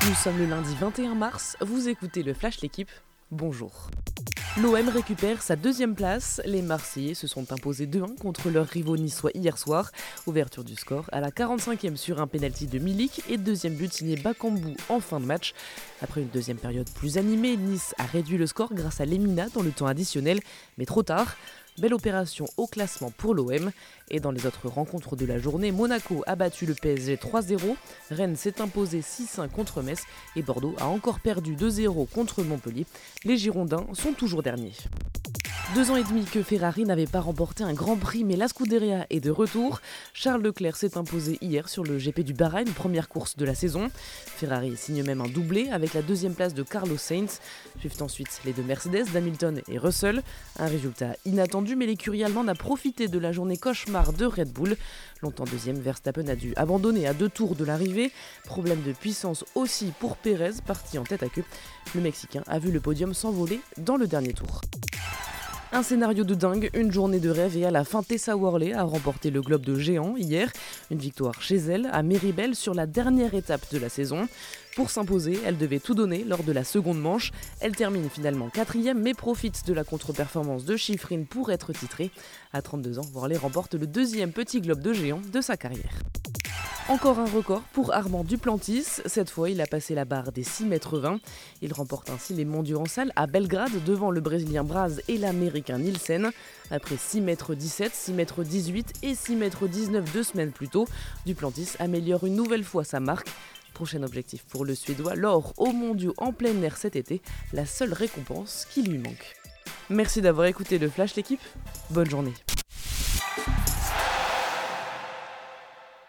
Nous sommes le lundi 21 mars, vous écoutez le Flash L'équipe, bonjour. L'OM récupère sa deuxième place, les Marseillais se sont imposés 2-1 contre leurs rivaux niçois hier soir. Ouverture du score à la 45e sur un pénalty de Milik et deuxième but signé Bakambu en fin de match. Après une deuxième période plus animée, Nice a réduit le score grâce à Lemina dans le temps additionnel, mais trop tard. Belle opération au classement pour l'OM. Et dans les autres rencontres de la journée, Monaco a battu le PSG 3-0, Rennes s'est imposé 6-1 contre Metz et Bordeaux a encore perdu 2-0 contre Montpellier. Les Girondins sont toujours derniers. 2 ans et demi que Ferrari n'avait pas remporté un Grand Prix, mais la Scuderia est de retour. Charles Leclerc s'est imposé hier sur le GP du Bahreïn, première course de la saison. Ferrari signe même un doublé avec la deuxième place de Carlos Sainz. Suivent ensuite les deux Mercedes d'Hamilton et Russell. Un résultat inattendu, mais l'écurie allemande a profité de la journée cauchemar de Red Bull. Longtemps deuxième, Verstappen a dû abandonner à 2 tours de l'arrivée. Problème de puissance aussi pour Pérez, parti en tête à queue. Le Mexicain a vu le podium s'envoler dans le dernier tour. Un scénario de dingue, une journée de rêve et à la fin Tessa Worley a remporté le Globe de géant hier. Une victoire chez elle, à Méribel, sur la dernière étape de la saison. Pour s'imposer, elle devait tout donner lors de la seconde manche. Elle termine finalement 4e mais profite de la contre-performance de Shiffrin pour être titrée. À 32 ans, Worley remporte le deuxième petit Globe de géant de sa carrière. Encore un record pour Armand Duplantis. Cette fois, il a passé la barre des 6,20 m. Il remporte ainsi les mondiaux en salle à Belgrade devant le Brésilien Braz et l'Américain Nielsen. Après 6,17 m, 6,18 m et 6,19 m 2 semaines plus tôt, Duplantis améliore une nouvelle fois sa marque. Prochain objectif pour le Suédois, l'or aux mondiaux en plein air cet été, la seule récompense qui lui manque. Merci d'avoir écouté le Flash L'équipe. Bonne journée.